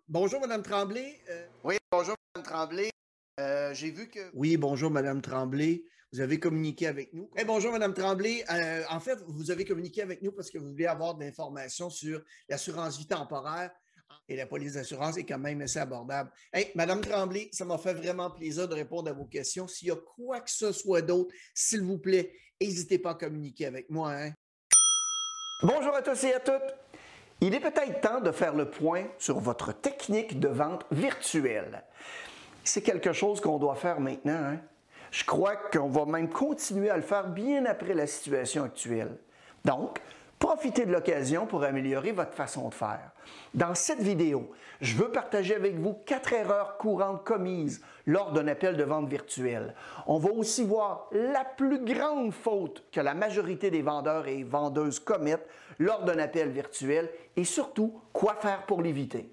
Bonjour, Madame Tremblay. Oui, bonjour, Mme Tremblay. J'ai vu que... Oui, bonjour, Madame Tremblay. Vous avez communiqué avec nous. Bonjour, Madame Tremblay. En fait, vous avez communiqué avec nous parce que vous voulez avoir de l'information sur l'assurance vie temporaire et la police d'assurance est quand même assez abordable. Madame Tremblay, ça m'a fait vraiment plaisir de répondre à vos questions. S'il y a quoi que ce soit d'autre, s'il vous plaît, n'hésitez pas à communiquer avec moi. Bonjour à tous et à toutes. Il est peut-être temps de faire le point sur votre technique de vente virtuelle. C'est quelque chose qu'on doit faire maintenant, hein? Je crois qu'on va même continuer à le faire bien après la situation actuelle. Donc, profitez de l'occasion pour améliorer votre façon de faire. Dans cette vidéo, je veux partager avec vous 4 erreurs courantes commises lors d'un appel de vente virtuelle. On va aussi voir la plus grande faute que la majorité des vendeurs et vendeuses commettent lors d'un appel virtuel et surtout, quoi faire pour l'éviter.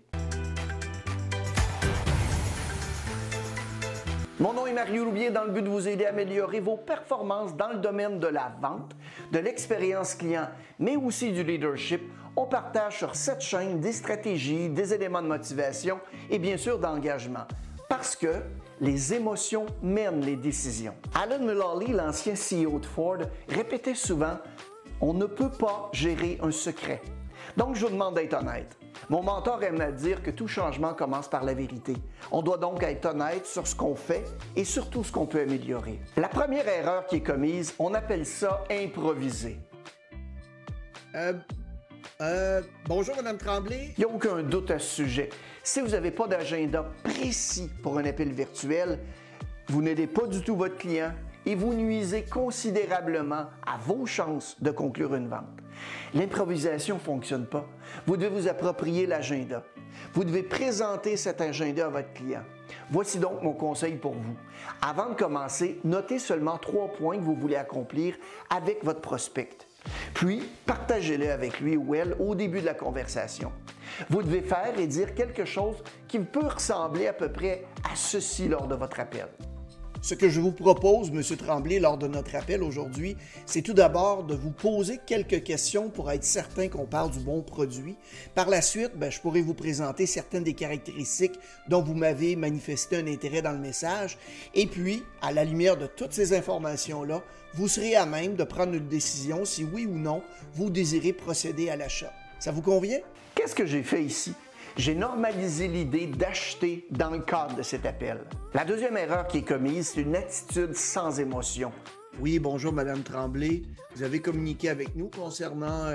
Mon nom est Mario Loubier dans le but de vous aider à améliorer vos performances dans le domaine de la vente, de l'expérience client, mais aussi du leadership. On partage sur cette chaîne des stratégies, des éléments de motivation et bien sûr d'engagement. Parce que les émotions mènent les décisions. Alan Mulally, l'ancien CEO de Ford, répétait souvent « On ne peut pas gérer un secret ». Donc, je vous demande d'être honnête. Mon mentor aime à dire que tout changement commence par la vérité. On doit donc être honnête sur ce qu'on fait et surtout ce qu'on peut améliorer. La première erreur qui est commise, on appelle ça improviser. Bonjour, Madame Tremblay. Il n'y a aucun doute à ce sujet. Si vous n'avez pas d'agenda précis pour un appel virtuel, vous n'aidez pas du tout votre client et vous nuisez considérablement à vos chances de conclure une vente. L'improvisation ne fonctionne pas. Vous devez vous approprier l'agenda. Vous devez présenter cet agenda à votre client. Voici donc mon conseil pour vous. Avant de commencer, notez seulement 3 points que vous voulez accomplir avec votre prospect. Puis, partagez-les avec lui ou elle au début de la conversation. Vous devez faire et dire quelque chose qui peut ressembler à peu près à ceci lors de votre appel. Ce que je vous propose, M. Tremblay, lors de notre appel aujourd'hui, c'est tout d'abord de vous poser quelques questions pour être certain qu'on parle du bon produit. Par la suite, je pourrais vous présenter certaines des caractéristiques dont vous m'avez manifesté un intérêt dans le message. Et puis, à la lumière de toutes ces informations-là, vous serez à même de prendre une décision si oui ou non vous désirez procéder à l'achat. Ça vous convient? Qu'est-ce que j'ai fait ici? J'ai normalisé l'idée d'acheter dans le cadre de cet appel. La deuxième erreur qui est commise, c'est une attitude sans émotion. Oui, bonjour Madame Tremblay. Vous avez communiqué avec nous concernant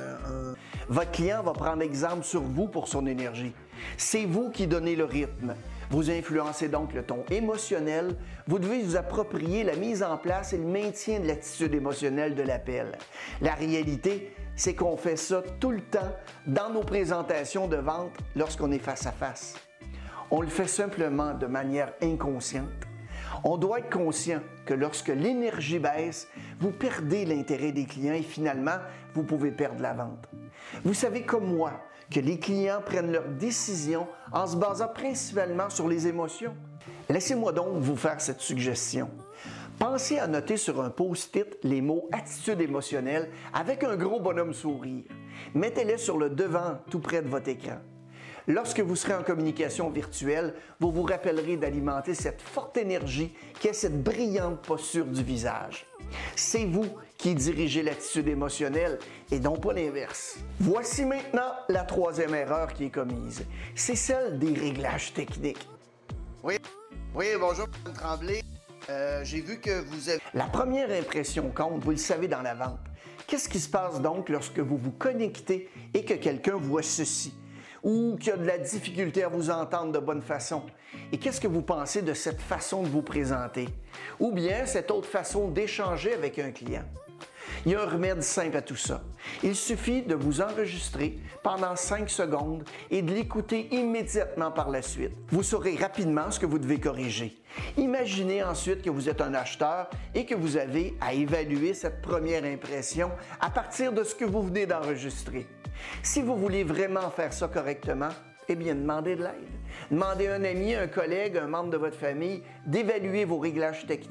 Votre client va prendre exemple sur vous pour son énergie. C'est vous qui donnez le rythme. Vous influencez donc le ton émotionnel. Vous devez vous approprier la mise en place et le maintien de l'attitude émotionnelle de l'appel. La réalité, c'est qu'on fait ça tout le temps dans nos présentations de vente lorsqu'on est face à face. On le fait simplement de manière inconsciente. On doit être conscient que lorsque l'énergie baisse, vous perdez l'intérêt des clients et finalement, vous pouvez perdre la vente. Vous savez comme moi que les clients prennent leurs décisions en se basant principalement sur les émotions. Laissez-moi donc vous faire cette suggestion. Pensez à noter sur un post-it les mots « attitude émotionnelle » avec un gros bonhomme sourire. Mettez-les sur le devant, tout près de votre écran. Lorsque vous serez en communication virtuelle, vous vous rappellerez d'alimenter cette forte énergie qui est cette brillante posture du visage. C'est vous qui dirigez l'attitude émotionnelle et non pas l'inverse. Voici maintenant la troisième erreur qui est commise. C'est celle des réglages techniques. Oui, bonjour, Mme Tremblay. J'ai vu que vous avez... La première impression compte, vous le savez dans la vente. Qu'est-ce qui se passe donc lorsque vous vous connectez et que quelqu'un voit ceci? Ou qu'il y a de la difficulté à vous entendre de bonne façon? Et qu'est-ce que vous pensez de cette façon de vous présenter? Ou bien cette autre façon d'échanger avec un client? Il y a un remède simple à tout ça. Il suffit de vous enregistrer pendant 5 secondes et de l'écouter immédiatement par la suite. Vous saurez rapidement ce que vous devez corriger. Imaginez ensuite que vous êtes un acheteur et que vous avez à évaluer cette première impression à partir de ce que vous venez d'enregistrer. Si vous voulez vraiment faire ça correctement, eh bien, demandez de l'aide. Demandez à un ami, un collègue, un membre de votre famille d'évaluer vos réglages techniques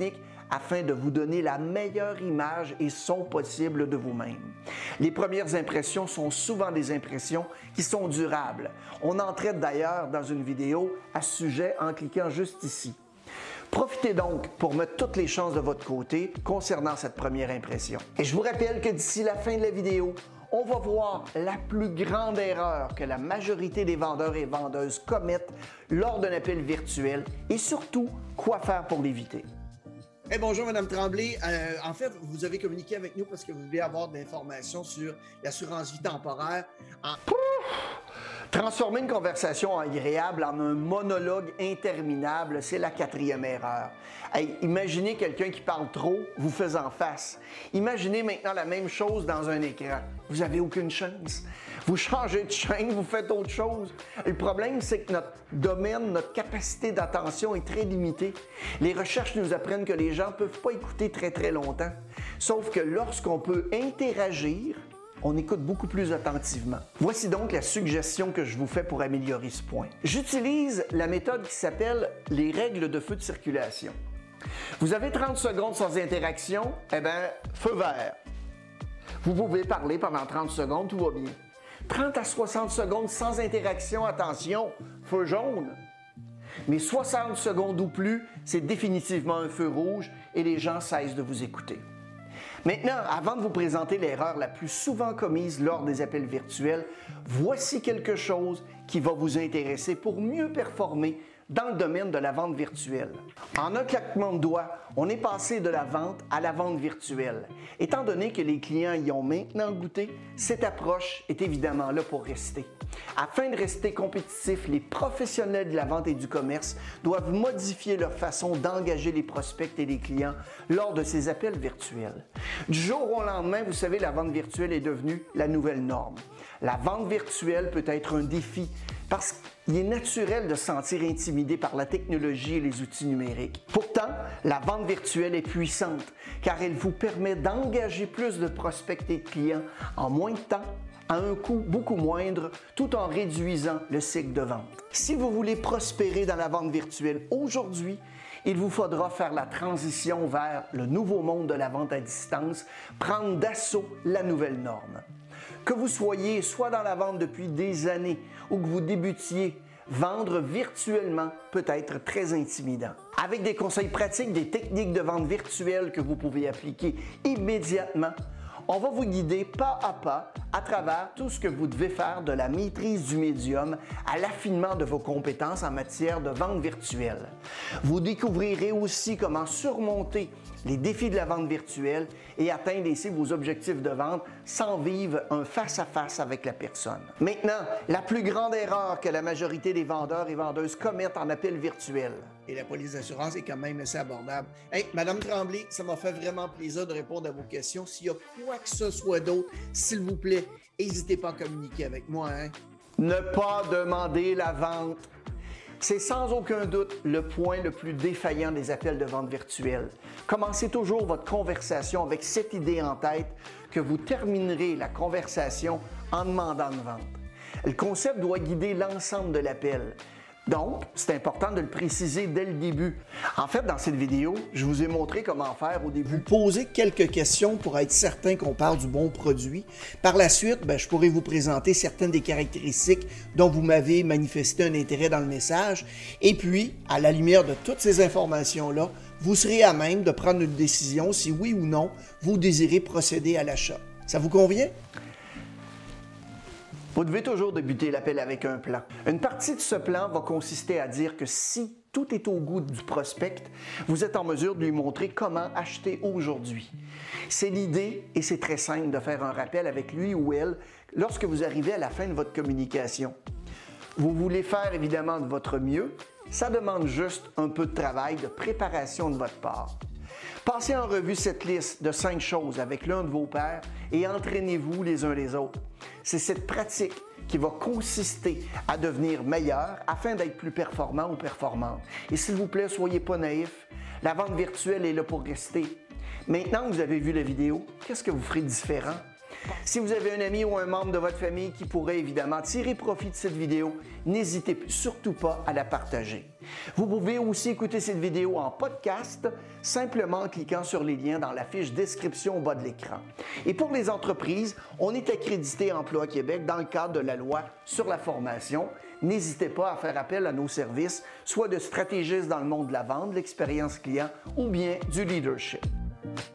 afin de vous donner la meilleure image et son possible de vous-même. Les premières impressions sont souvent des impressions qui sont durables. On en traite d'ailleurs dans une vidéo à ce sujet en cliquant juste ici. Profitez donc pour mettre toutes les chances de votre côté concernant cette première impression. Et je vous rappelle que d'ici la fin de la vidéo, on va voir la plus grande erreur que la majorité des vendeurs et vendeuses commettent lors d'un appel virtuel et surtout, quoi faire pour l'éviter. Hey, bonjour, Mme Tremblay. En fait, vous avez communiqué avec nous parce que vous voulez avoir de l'information sur l'assurance vie temporaire. Transformer une conversation agréable en un monologue interminable, c'est la 4e erreur. Hey, imaginez quelqu'un qui parle trop, vous faisant face. Imaginez maintenant la même chose dans un écran. Vous n'avez aucune chance. Vous changez de chaîne, vous faites autre chose. Le problème, c'est que notre domaine, notre capacité d'attention est très limitée. Les recherches nous apprennent que les gens ne peuvent pas écouter très longtemps. Sauf que lorsqu'on peut interagir, on écoute beaucoup plus attentivement. Voici donc la suggestion que je vous fais pour améliorer ce point. J'utilise la méthode qui s'appelle les règles de feu de circulation. Vous avez 30 secondes sans interaction, eh bien, feu vert. Vous pouvez parler pendant 30 secondes, tout va bien. 30 à 60 secondes sans interaction, attention, feu jaune. Mais 60 secondes ou plus, c'est définitivement un feu rouge et les gens cessent de vous écouter. Maintenant, avant de vous présenter l'erreur la plus souvent commise lors des appels virtuels, voici quelque chose qui va vous intéresser pour mieux performer dans le domaine de la vente virtuelle. En un claquement de doigts, on est passé de la vente à la vente virtuelle. Étant donné que les clients y ont maintenant goûté, cette approche est évidemment là pour rester. Afin de rester compétitifs, les professionnels de la vente et du commerce doivent modifier leur façon d'engager les prospects et les clients lors de ces appels virtuels. Du jour au lendemain, vous savez, la vente virtuelle est devenue la nouvelle norme. La vente virtuelle peut être un défi parce qu'il est naturel de se sentir intimidé par la technologie et les outils numériques. Pourtant, la vente virtuelle est puissante car elle vous permet d'engager plus de prospects et de clients en moins de temps, à un coût beaucoup moindre, tout en réduisant le cycle de vente. Si vous voulez prospérer dans la vente virtuelle aujourd'hui, il vous faudra faire la transition vers le nouveau monde de la vente à distance, prendre d'assaut la nouvelle norme. Que vous soyez soit dans la vente depuis des années ou que vous débutiez, vendre virtuellement peut être très intimidant. Avec des conseils pratiques, des techniques de vente virtuelle que vous pouvez appliquer immédiatement, on va vous guider pas à travers tout ce que vous devez faire de la maîtrise du médium à l'affinement de vos compétences en matière de vente virtuelle. Vous découvrirez aussi comment surmonter les défis de la vente virtuelle et atteindre ainsi vos objectifs de vente sans vivre un face-à-face avec la personne. Maintenant, la plus grande erreur que la majorité des vendeurs et vendeuses commettent en appel virtuel. Et la police d'assurance est quand même assez abordable. Hey, Mme Tremblay, ça m'a fait vraiment plaisir de répondre à vos questions. S'il y a quoi que ce soit d'autre, s'il vous plaît, n'hésitez pas à communiquer avec moi. Ne pas demander la vente. C'est sans aucun doute le point le plus défaillant des appels de vente virtuelle. Commencez toujours votre conversation avec cette idée en tête que vous terminerez la conversation en demandant une vente. Le concept doit guider l'ensemble de l'appel. Donc, c'est important de le préciser dès le début. En fait, dans cette vidéo, je vous ai montré comment faire au début. Poser quelques questions pour être certain qu'on parle du bon produit. Par la suite, je pourrais vous présenter certaines des caractéristiques dont vous m'avez manifesté un intérêt dans le message. Et puis, à la lumière de toutes ces informations-là, vous serez à même de prendre une décision si oui ou non vous désirez procéder à l'achat. Ça vous convient? Vous devez toujours débuter l'appel avec un plan. Une partie de ce plan va consister à dire que si tout est au goût du prospect, vous êtes en mesure de lui montrer comment acheter aujourd'hui. C'est l'idée, et c'est très simple, de faire un rappel avec lui ou elle lorsque vous arrivez à la fin de votre communication. Vous voulez faire évidemment de votre mieux, ça demande juste un peu de travail, de préparation de votre part. Passez en revue cette liste de 5 choses avec l'un de vos pairs et entraînez-vous les uns les autres. C'est cette pratique qui va consister à devenir meilleur afin d'être plus performant ou performante. Et s'il vous plaît, soyez pas naïfs. La vente virtuelle est là pour rester. Maintenant que vous avez vu la vidéo, qu'est-ce que vous ferez différent? Si vous avez un ami ou un membre de votre famille qui pourrait évidemment tirer profit de cette vidéo, n'hésitez surtout pas à la partager. Vous pouvez aussi écouter cette vidéo en podcast simplement en cliquant sur les liens dans la fiche description au bas de l'écran. Et pour les entreprises, on est accrédité Emploi Québec dans le cadre de la loi sur la formation. N'hésitez pas à faire appel à nos services, soit de stratégistes dans le monde de la vente, de l'expérience client ou bien du leadership.